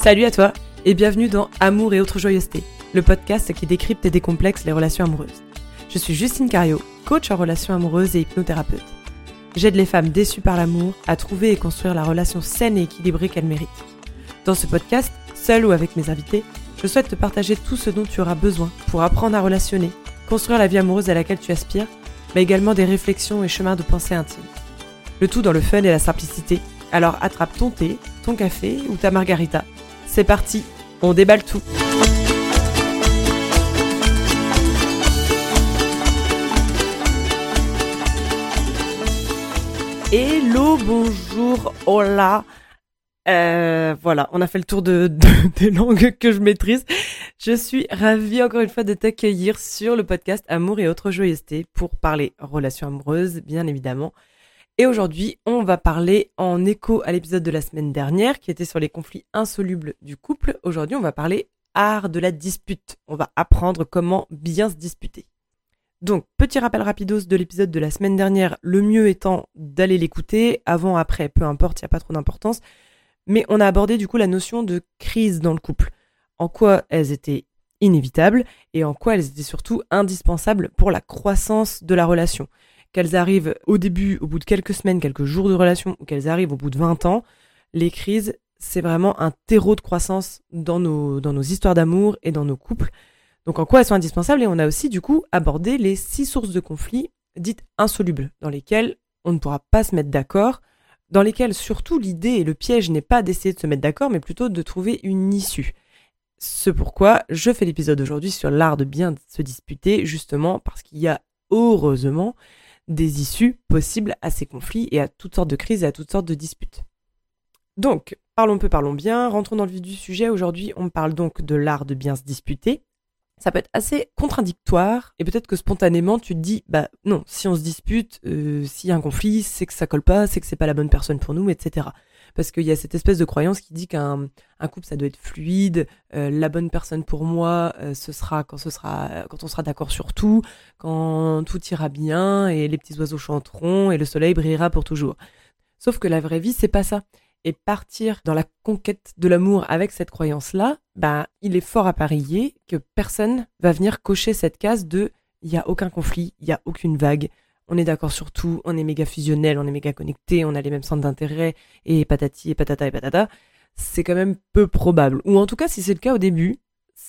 Salut à toi et bienvenue dans Amour et autres joyeusetés, le podcast qui décrypte et décomplexe les relations amoureuses. Je suis Justine Cario, coach en relations amoureuses et hypnothérapeute. J'aide les femmes déçues par l'amour à trouver et construire la relation saine et équilibrée qu'elles méritent. Dans ce podcast, seule ou avec mes invités, je souhaite te partager tout ce dont tu auras besoin pour apprendre à relationner, construire la vie amoureuse à laquelle tu aspires, mais également des réflexions et chemins de pensée intimes. Le tout dans le fun et la simplicité. Alors attrape ton thé, ton café ou ta margarita. C'est parti, on déballe tout. Hello, bonjour, hola. Voilà, on a fait le tour des langues que je maîtrise. Je suis ravie encore une fois de t'accueillir sur le podcast Amour et autres joyeusetés pour parler relations amoureuses, bien évidemment. Et aujourd'hui, on va parler en écho à l'épisode de la semaine dernière qui était sur les conflits insolubles du couple. Aujourd'hui, on va parler art de la dispute. On va apprendre comment bien se disputer. Donc, petit rappel rapidos de l'épisode de la semaine dernière, le mieux étant d'aller l'écouter, avant, après, peu importe, il n'y a pas trop d'importance. Mais on a abordé du coup la notion de crise dans le couple. En quoi elles étaient inévitables et en quoi elles étaient surtout indispensables pour la croissance de la relation. Qu'elles arrivent au début, au bout de quelques semaines, quelques jours de relation, ou qu'elles arrivent au bout de 20 ans, les crises, c'est vraiment un terreau de croissance dans nos histoires d'amour et dans nos couples. Donc en quoi elles sont indispensables, et on a aussi du coup abordé les 6 sources de conflits dites insolubles, dans lesquelles on ne pourra pas se mettre d'accord, dans lesquelles surtout l'idée et le piège n'est pas d'essayer de se mettre d'accord, mais plutôt de trouver une issue. C'est pourquoi je fais l'épisode aujourd'hui sur l'art de bien se disputer, justement parce qu'il y a heureusement des issues possibles à ces conflits et à toutes sortes de crises et à toutes sortes de disputes. Donc, parlons peu, parlons bien, rentrons dans le vif du sujet. Aujourd'hui, on parle donc de l'art de bien se disputer. Ça peut être assez contradictoire et peut-être que spontanément tu te dis bah non, si on se dispute, s'il y a un conflit, c'est que ça colle pas, c'est que c'est pas la bonne personne pour nous, etc. Parce qu'il y a cette espèce de croyance qui dit qu'un couple ça doit être fluide, la bonne personne pour moi ce sera quand on sera d'accord sur tout, quand tout ira bien et les petits oiseaux chanteront et le soleil brillera pour toujours. Sauf que la vraie vie c'est pas ça. Et partir dans la conquête de l'amour avec cette croyance-là, bah, il est fort à parier que personne va venir cocher cette case de « il n'y a aucun conflit, il n'y a aucune vague, on est d'accord sur tout, on est méga fusionnel, on est méga connecté, on a les mêmes centres d'intérêt, et patati, et patata, et patata », c'est quand même peu probable. Ou en tout cas, si c'est le cas au début,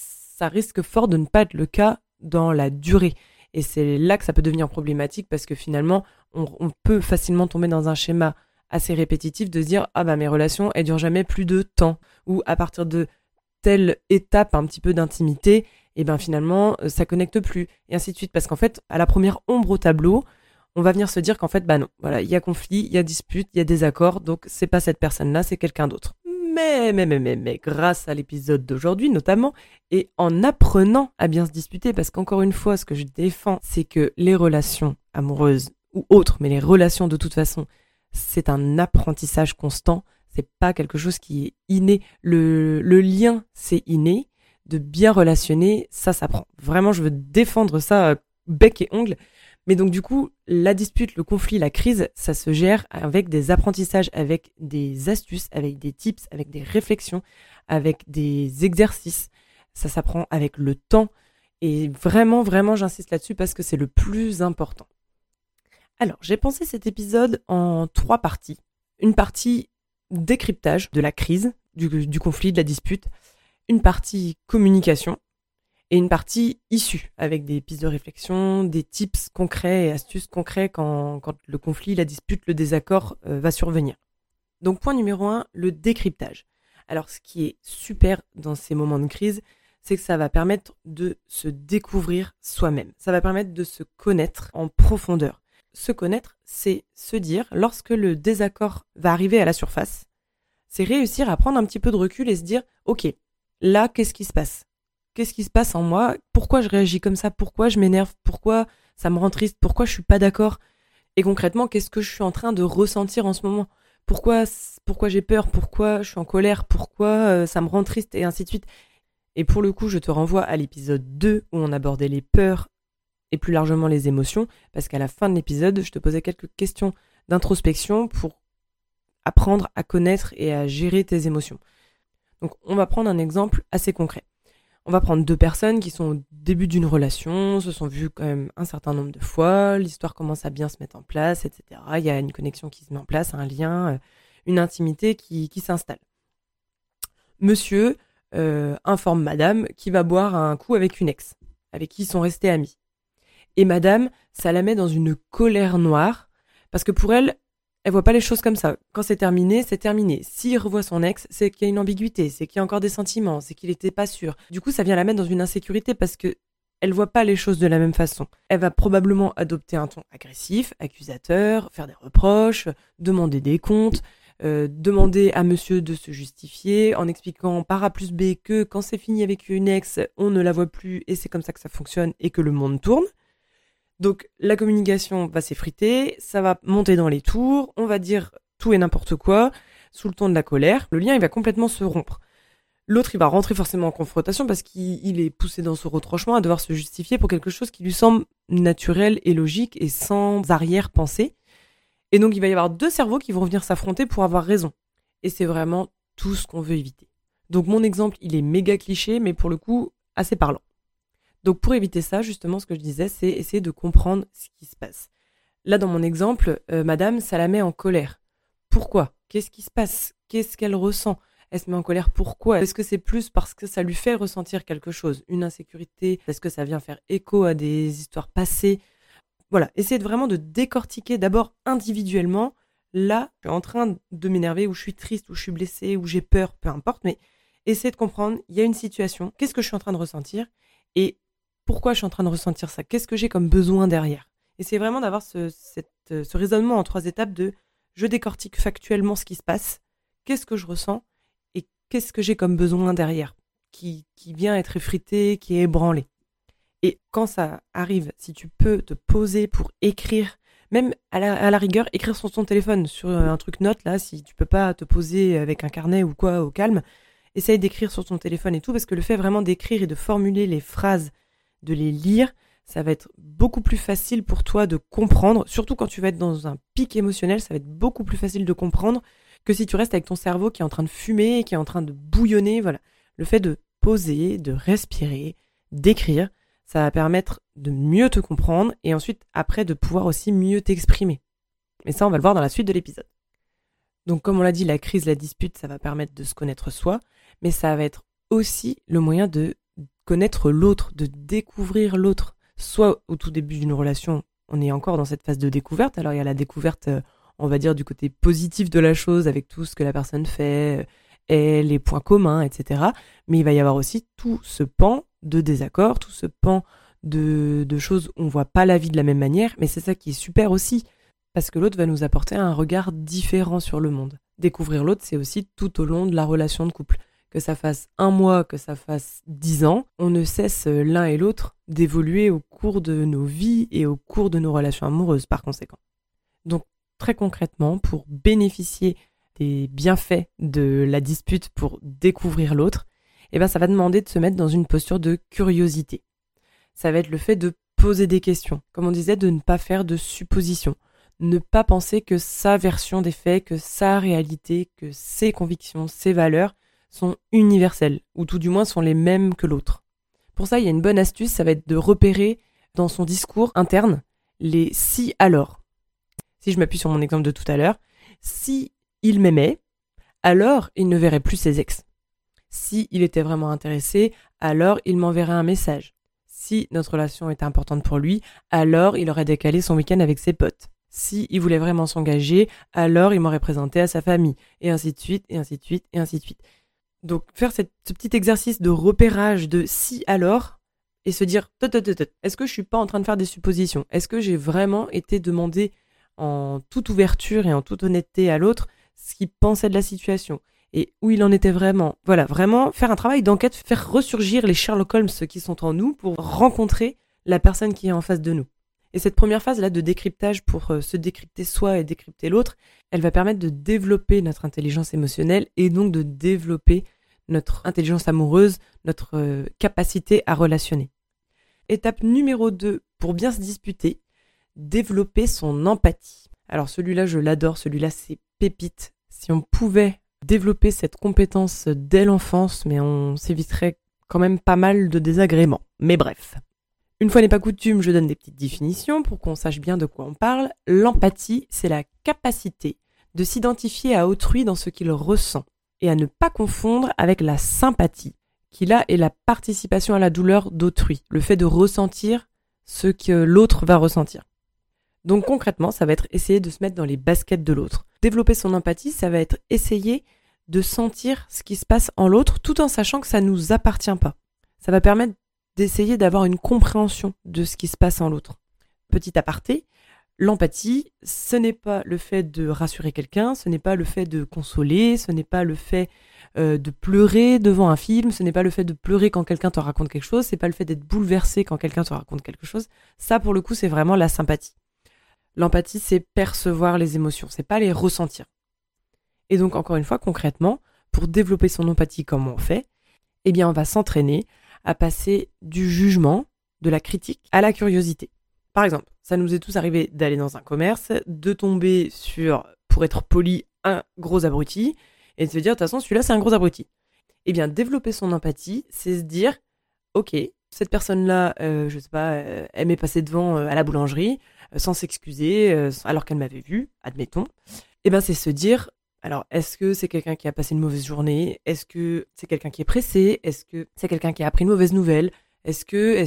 ça risque fort de ne pas être le cas dans la durée. Et c'est là que ça peut devenir problématique parce que finalement, on peut facilement tomber dans un schéma assez répétitif de se dire ah bah mes relations elles durent jamais plus de temps, ou à partir de telle étape un petit peu d'intimité et ben finalement ça connecte plus et ainsi de suite, parce qu'en fait à la première ombre au tableau on va venir se dire qu'en fait bah non, voilà, il y a conflit, il y a dispute, il y a désaccord, donc c'est pas cette personne là, c'est quelqu'un d'autre. Mais grâce à l'épisode d'aujourd'hui notamment, et en apprenant à bien se disputer, parce qu'encore une fois ce que je défends c'est que les relations amoureuses ou autres, mais les relations de toute façon c'est un apprentissage constant, c'est pas quelque chose qui est inné. Le lien, c'est inné. De bien relationner, ça s'apprend. Vraiment, je veux défendre ça bec et ongle. Mais donc du coup, la dispute, le conflit, la crise, ça se gère avec des apprentissages, avec des astuces, avec des tips, avec des réflexions, avec des exercices. Ça s'apprend avec le temps. Et vraiment, j'insiste là-dessus parce que c'est le plus important. Alors, j'ai pensé cet épisode en 3 parties. Une partie décryptage de la crise, du conflit, de la dispute. Une partie communication. Et une partie issue, avec des pistes de réflexion, des tips concrets et astuces concrets quand le conflit, la dispute, le désaccord va survenir. Donc, point numéro 1, le décryptage. Alors, ce qui est super dans ces moments de crise, c'est que ça va permettre de se découvrir soi-même. Ça va permettre de se connaître en profondeur. Se connaître, c'est se dire, lorsque le désaccord va arriver à la surface, c'est réussir à prendre un petit peu de recul et se dire, ok, là, qu'est-ce qui se passe ? Qu'est-ce qui se passe en moi ? Pourquoi je réagis comme ça ? Pourquoi je m'énerve ? Pourquoi ça me rend triste ? Pourquoi je suis pas d'accord ? Et concrètement, qu'est-ce que je suis en train de ressentir en ce moment ? Pourquoi j'ai peur ? Pourquoi je suis en colère ? Pourquoi ça me rend triste ? Et ainsi de suite. Et pour le coup, je te renvoie à l'épisode 2 où on abordait les peurs et plus largement les émotions, parce qu'à la fin de l'épisode, je te posais quelques questions d'introspection pour apprendre à connaître et à gérer tes émotions. Donc on va prendre un exemple assez concret. On va prendre 2 personnes qui sont au début d'une relation, se sont vues quand même un certain nombre de fois, l'histoire commence à bien se mettre en place, etc. Il y a une connexion qui se met en place, un lien, une intimité qui s'installe. Monsieur informe madame qu'il va boire un coup avec une ex, avec qui ils sont restés amis. Et madame, ça la met dans une colère noire, parce que pour elle, elle voit pas les choses comme ça. Quand c'est terminé, c'est terminé. S'il revoit son ex, c'est qu'il y a une ambiguïté, c'est qu'il y a encore des sentiments, c'est qu'il était pas sûr. Du coup, ça vient la mettre dans une insécurité parce que elle voit pas les choses de la même façon. Elle va probablement adopter un ton agressif, accusateur, faire des reproches, demander des comptes, demander à monsieur de se justifier en expliquant par A plus B que quand c'est fini avec une ex, on ne la voit plus et c'est comme ça que ça fonctionne et que le monde tourne. Donc la communication va s'effriter, ça va monter dans les tours, on va dire tout et n'importe quoi, sous le ton de la colère. Le lien, il va complètement se rompre. L'autre, il va rentrer forcément en confrontation parce qu'il est poussé dans ce retranchement à devoir se justifier pour quelque chose qui lui semble naturel et logique et sans arrière-pensée. Et donc il va y avoir 2 cerveaux qui vont venir s'affronter pour avoir raison. Et c'est vraiment tout ce qu'on veut éviter. Donc mon exemple, il est méga cliché, mais pour le coup, assez parlant. Donc pour éviter ça, justement, ce que je disais, c'est essayer de comprendre ce qui se passe. Là, dans mon exemple, madame, ça la met en colère. Pourquoi ? Qu'est-ce qui se passe ? Qu'est-ce qu'elle ressent ? Elle se met en colère pourquoi ? Est-ce que c'est plus parce que ça lui fait ressentir quelque chose ? Une insécurité ? Est-ce que ça vient faire écho à des histoires passées ? Voilà, essayez vraiment de décortiquer d'abord individuellement. Là, je suis en train de m'énerver, ou je suis triste, ou je suis blessée, ou j'ai peur, peu importe, mais essayez de comprendre, il y a une situation, qu'est-ce que je suis en train de ressentir ? Et pourquoi je suis en train de ressentir ça ? Qu'est-ce que j'ai comme besoin derrière ? Et c'est vraiment d'avoir ce raisonnement en 3 étapes de je décortique factuellement ce qui se passe, qu'est-ce que je ressens et qu'est-ce que j'ai comme besoin derrière qui vient être effrité, qui est ébranlé. Et quand ça arrive, si tu peux te poser pour écrire, même à la rigueur, écrire sur ton téléphone, sur un truc note, là, si tu peux pas te poser avec un carnet ou quoi au calme, essaye d'écrire sur ton téléphone et tout, parce que le fait vraiment d'écrire et de formuler les phrases, de les lire, ça va être beaucoup plus facile pour toi de comprendre, surtout quand tu vas être dans un pic émotionnel, ça va être beaucoup plus facile de comprendre que si tu restes avec ton cerveau qui est en train de fumer, qui est en train de bouillonner, voilà. Le fait de poser, de respirer, d'écrire, ça va permettre de mieux te comprendre et ensuite, après, de pouvoir aussi mieux t'exprimer. Mais ça, on va le voir dans la suite de l'épisode. Donc, comme on l'a dit, la crise, la dispute, ça va permettre de se connaître soi, mais ça va être aussi le moyen de connaître l'autre, de découvrir l'autre. Soit au tout début d'une relation, on est encore dans cette phase de découverte. Alors, il y a la découverte, on va dire, du côté positif de la chose, avec tout ce que la personne fait, et les points communs, etc. Mais il va y avoir aussi tout ce pan de désaccord, tout ce pan de choses où on voit pas la vie de la même manière, mais c'est ça qui est super aussi, parce que l'autre va nous apporter un regard différent sur le monde. Découvrir l'autre, c'est aussi tout au long de la relation de couple. Que ça fasse 1 mois, que ça fasse 10 ans, on ne cesse l'un et l'autre d'évoluer au cours de nos vies et au cours de nos relations amoureuses par conséquent. Donc très concrètement, pour bénéficier des bienfaits de la dispute, pour découvrir l'autre, ça va demander de se mettre dans une posture de curiosité. Ça va être le fait de poser des questions. Comme on disait, de ne pas faire de suppositions. Ne pas penser que sa version des faits, que sa réalité, que ses convictions, ses valeurs sont universelles, ou tout du moins sont les mêmes que l'autre. Pour ça, il y a une bonne astuce, ça va être de repérer dans son discours interne les si alors. Si je m'appuie sur mon exemple de tout à l'heure, si il m'aimait, alors il ne verrait plus ses ex. Si il était vraiment intéressé, alors il m'enverrait un message. Si notre relation était importante pour lui, alors il aurait décalé son week-end avec ses potes. Si il voulait vraiment s'engager, alors il m'aurait présenté à sa famille, et ainsi de suite, et ainsi de suite, et ainsi de suite. Donc faire ce petit exercice de repérage de si alors, et se dire, est-ce que je suis pas en train de faire des suppositions ? Est-ce que j'ai vraiment été demandé en toute ouverture et en toute honnêteté à l'autre ce qu'il pensait de la situation ? Et où il en était vraiment. Voilà, vraiment faire un travail d'enquête, faire ressurgir les Sherlock Holmes qui sont en nous pour rencontrer la personne qui est en face de nous. Et cette première phase-là de décryptage pour se décrypter soi et décrypter l'autre, elle va permettre de développer notre intelligence émotionnelle et donc de développer notre intelligence amoureuse, notre capacité à relationner. Étape numéro 2, pour bien se disputer, développer son empathie. Alors celui-là, je l'adore, celui-là c'est pépite. Si on pouvait développer cette compétence dès l'enfance, mais on s'éviterait quand même pas mal de désagréments. Mais bref. Une fois n'est pas coutume, je donne des petites définitions pour qu'on sache bien de quoi on parle. L'empathie, c'est la capacité de s'identifier à autrui dans ce qu'il ressent et à ne pas confondre avec la sympathie, qui là est la participation à la douleur d'autrui, le fait de ressentir ce que l'autre va ressentir. Donc concrètement, ça va être essayer de se mettre dans les baskets de l'autre. Développer son empathie, ça va être essayer de sentir ce qui se passe en l'autre tout en sachant que ça ne nous appartient pas. Ça va permettre d'essayer d'avoir une compréhension de ce qui se passe en l'autre. Petit aparté, l'empathie, ce n'est pas le fait de rassurer quelqu'un, ce n'est pas le fait de consoler, ce n'est pas le fait de pleurer devant un film, ce n'est pas le fait de pleurer quand quelqu'un te raconte quelque chose, c'est pas le fait d'être bouleversé quand quelqu'un te raconte quelque chose. Ça, pour le coup, c'est vraiment la sympathie. L'empathie, c'est percevoir les émotions, c'est pas les ressentir. Et donc, encore une fois, concrètement, pour développer son empathie comme on fait, eh bien, on va s'entraîner à passer du jugement, de la critique, à la curiosité. Par exemple, ça nous est tous arrivé d'aller dans un commerce, de tomber sur, pour être poli, un gros abruti, et de se dire, de toute façon, celui-là, c'est un gros abruti. Eh bien, développer son empathie, c'est se dire, ok, cette personne-là, je sais pas, elle m'est passée devant à la boulangerie, sans s'excuser, alors qu'elle m'avait vu, admettons. Eh bien, c'est se dire, alors, est-ce que c'est quelqu'un qui a passé une mauvaise journée ? Est-ce que c'est quelqu'un qui est pressé ? Est-ce que c'est quelqu'un qui a appris une mauvaise nouvelle ? Est-ce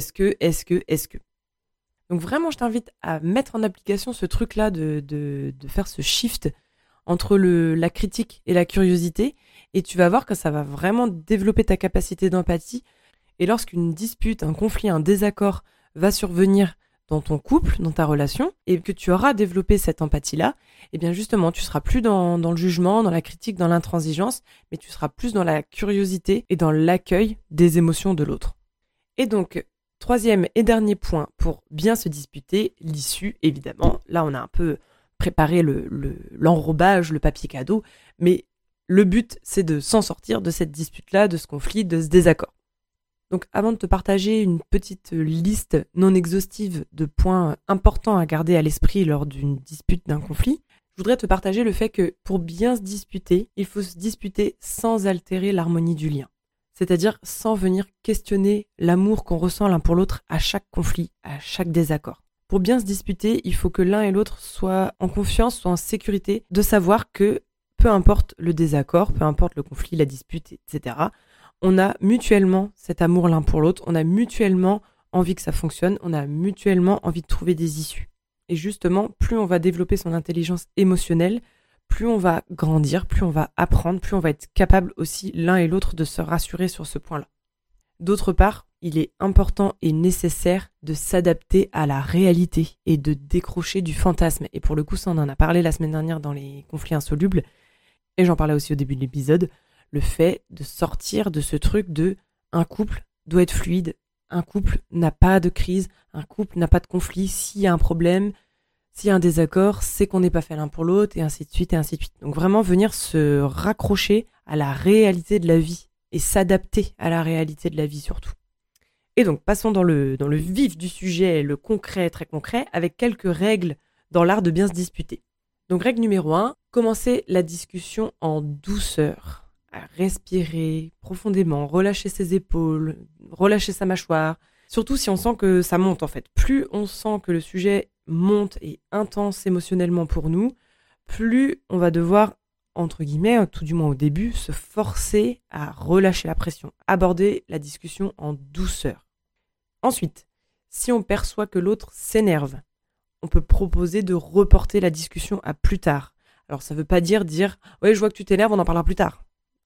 que Donc vraiment, je t'invite à mettre en application ce truc-là de faire ce shift entre la critique et la curiosité, et tu vas voir que ça va vraiment développer ta capacité d'empathie. Et lorsqu'une dispute, un conflit, un désaccord va survenir dans ton couple, dans ta relation, et que tu auras développé cette empathie-là, eh bien justement, tu seras plus dans le jugement, dans la critique, dans l'intransigeance, mais tu seras plus dans la curiosité et dans l'accueil des émotions de l'autre. Et donc, troisième et dernier point pour bien se disputer, l'issue, évidemment. Là, on a un peu préparé l'enrobage, le papier cadeau, mais le but, c'est de s'en sortir de cette dispute-là, de ce conflit, de ce désaccord. Donc avant de te partager une petite liste non exhaustive de points importants à garder à l'esprit lors d'une dispute, d'un conflit, je voudrais te partager le fait que pour bien se disputer, il faut se disputer sans altérer l'harmonie du lien. C'est-à-dire sans venir questionner l'amour qu'on ressent l'un pour l'autre à chaque conflit, à chaque désaccord. Pour bien se disputer, il faut que l'un et l'autre soient en confiance, soient en sécurité, de savoir que peu importe le désaccord, peu importe le conflit, la dispute, etc., on a mutuellement cet amour l'un pour l'autre, on a mutuellement envie que ça fonctionne, on a mutuellement envie de trouver des issues. Et justement, plus on va développer son intelligence émotionnelle, plus on va grandir, plus on va apprendre, plus on va être capable aussi l'un et l'autre de se rassurer sur ce point-là. D'autre part, il est important et nécessaire de s'adapter à la réalité et de décrocher du fantasme. Et pour le coup, ça on en a parlé la semaine dernière dans les conflits insolubles, et j'en parlais aussi au début de l'épisode, le fait de sortir de ce truc de un couple doit être fluide, un couple n'a pas de crise, un couple n'a pas de conflit, s'il y a un problème, s'il y a un désaccord, c'est qu'on n'est pas fait l'un pour l'autre, et ainsi de suite, et ainsi de suite. Donc vraiment venir se raccrocher à la réalité de la vie, et s'adapter à la réalité de la vie surtout. Et donc passons dans le vif du sujet, le concret, très concret, avec quelques règles dans l'art de bien se disputer. Donc règle numéro 1, commencer la discussion en douceur. À respirer profondément, relâcher ses épaules, relâcher sa mâchoire. Surtout si on sent que ça monte en fait. Plus on sent que le sujet monte et intense émotionnellement pour nous, plus on va devoir, entre guillemets, tout du moins au début, se forcer à relâcher la pression, aborder la discussion en douceur. Ensuite, si on perçoit que l'autre s'énerve, on peut proposer de reporter la discussion à plus tard. Alors ça veut pas dire « Ouais, je vois que tu t'énerves, on en parlera plus tard ».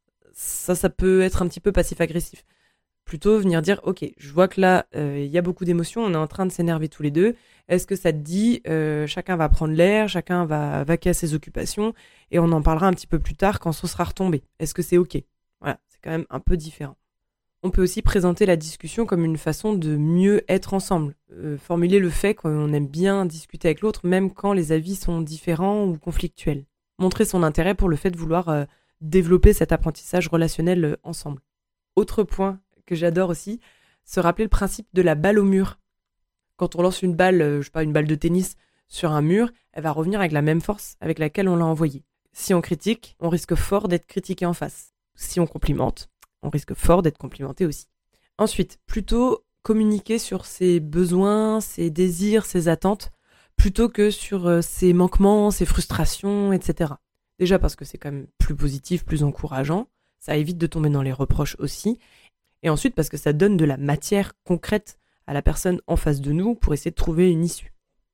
Ça peut être un petit peu passif-agressif. Plutôt venir dire, ok, je vois que là, il y a beaucoup d'émotions, on est en train de s'énerver tous les deux. Est-ce que ça te dit, chacun va prendre l'air, chacun va vaquer à ses occupations, et on en parlera un petit peu plus tard quand ce sera retombé. Est-ce que c'est ok ? Voilà, c'est quand même un peu différent. On peut aussi présenter la discussion comme une façon de mieux être ensemble. Formuler le fait qu'on aime bien discuter avec l'autre, même quand les avis sont différents ou conflictuels. Montrer son intérêt pour le fait de vouloir développer cet apprentissage relationnel ensemble. Autre point que j'adore aussi, se rappeler le principe de la balle au mur. Quand on lance une balle, une balle de tennis sur un mur, elle va revenir avec la même force avec laquelle on l'a envoyée. Si on critique, on risque fort d'être critiqué en face. Si on complimente, on risque fort d'être complimenté aussi. Ensuite, plutôt communiquer sur ses besoins, ses désirs, ses attentes, plutôt que sur ses manquements, ses frustrations, etc. Déjà parce que c'est quand même plus positif, plus encourageant, ça évite de tomber dans les reproches aussi, et ensuite parce que ça donne de la matière concrète à la personne en face de nous pour essayer de trouver une issue.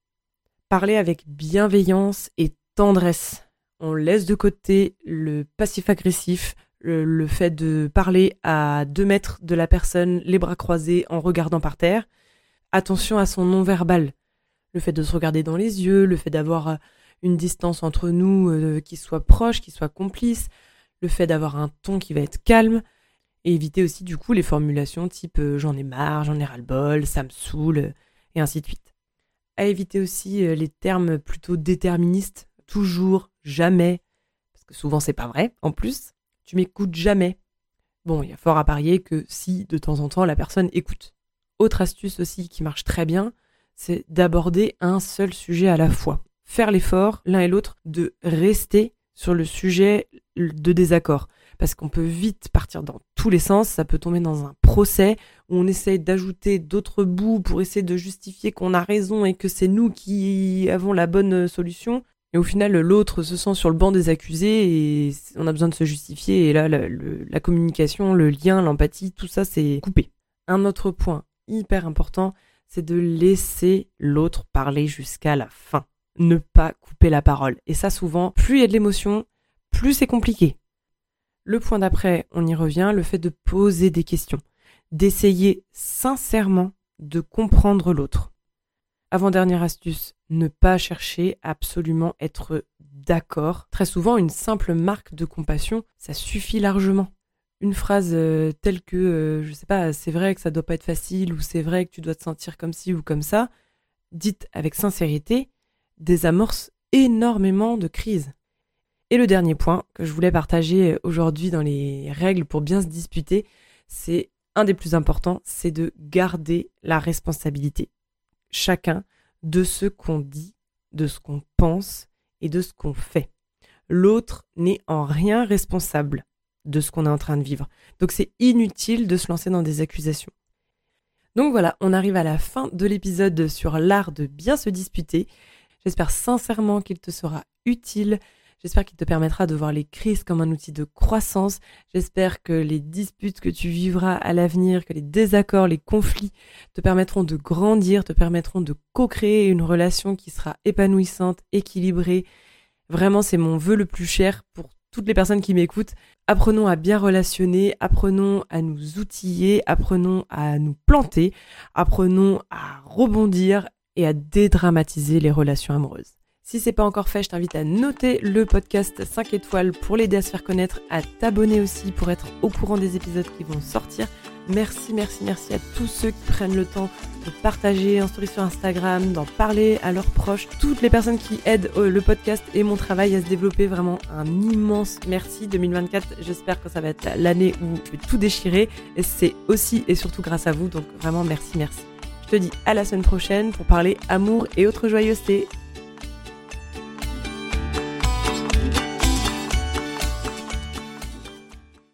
Parler avec bienveillance et tendresse. On laisse de côté le passif-agressif, le fait de parler à 2 mètres de la personne, les bras croisés, en regardant par terre. Attention à son non-verbal. Le fait de se regarder dans les yeux, le fait d'avoir une distance entre nous qui soit proche, qui soit complice, le fait d'avoir un ton qui va être calme, et éviter aussi du coup les formulations type j'en ai marre, j'en ai ras-le-bol, ça me saoule, et ainsi de suite. À éviter aussi les termes plutôt déterministes, toujours, jamais, parce que souvent c'est pas vrai en plus, tu m'écoutes jamais. Bon, il y a fort à parier que si de temps en temps la personne écoute. Autre astuce aussi qui marche très bien, c'est d'aborder un seul sujet à la fois. Faire l'effort, l'un et l'autre, de rester sur le sujet de désaccord. Parce qu'on peut vite partir dans tous les sens, ça peut tomber dans un procès où on essaye d'ajouter d'autres bouts pour essayer de justifier qu'on a raison et que c'est nous qui avons la bonne solution. Et au final, l'autre se sent sur le banc des accusés et on a besoin de se justifier. Et là, la communication, le lien, l'empathie, tout ça, c'est coupé. Un autre point hyper important, c'est de laisser l'autre parler jusqu'à la fin. Ne pas couper la parole. Et ça, souvent, plus il y a de l'émotion, plus c'est compliqué. Le point d'après, on y revient, le fait de poser des questions, d'essayer sincèrement de comprendre l'autre. Avant-dernière astuce, ne pas chercher à absolument être d'accord. Très souvent, une simple marque de compassion, ça suffit largement. Une phrase telle que, je sais pas, c'est vrai que ça doit pas être facile, ou c'est vrai que tu dois te sentir comme ci ou comme ça, dite avec sincérité, désamorce énormément de crises. Et le dernier point que je voulais partager aujourd'hui dans les règles pour bien se disputer, c'est un des plus importants, c'est de garder la responsabilité. Chacun de ce qu'on dit, de ce qu'on pense et de ce qu'on fait. L'autre n'est en rien responsable de ce qu'on est en train de vivre. Donc c'est inutile de se lancer dans des accusations. Donc voilà, on arrive à la fin de l'épisode sur l'art de bien se disputer. J'espère sincèrement qu'il te sera utile. J'espère qu'il te permettra de voir les crises comme un outil de croissance. J'espère que les disputes que tu vivras à l'avenir, que les désaccords, les conflits te permettront de grandir, te permettront de co-créer une relation qui sera épanouissante, équilibrée. Vraiment, c'est mon vœu le plus cher pour toutes les personnes qui m'écoutent. Apprenons à bien relationner, apprenons à nous outiller, apprenons à nous planter, apprenons à rebondir et à dédramatiser les relations amoureuses. Si c'est pas encore fait, je t'invite à noter le podcast 5 étoiles pour l'aider à se faire connaître, à t'abonner aussi pour être au courant des épisodes qui vont sortir. Merci à tous ceux qui prennent le temps de partager en story sur Instagram, d'en parler à leurs proches, toutes les personnes qui aident le podcast et mon travail à se développer. Vraiment un immense merci. 2024, j'espère que ça va être l'année où je vais tout déchirer et c'est aussi et surtout grâce à vous, donc vraiment merci. Je te dis à la semaine prochaine pour parler amour et autres joyeusetés.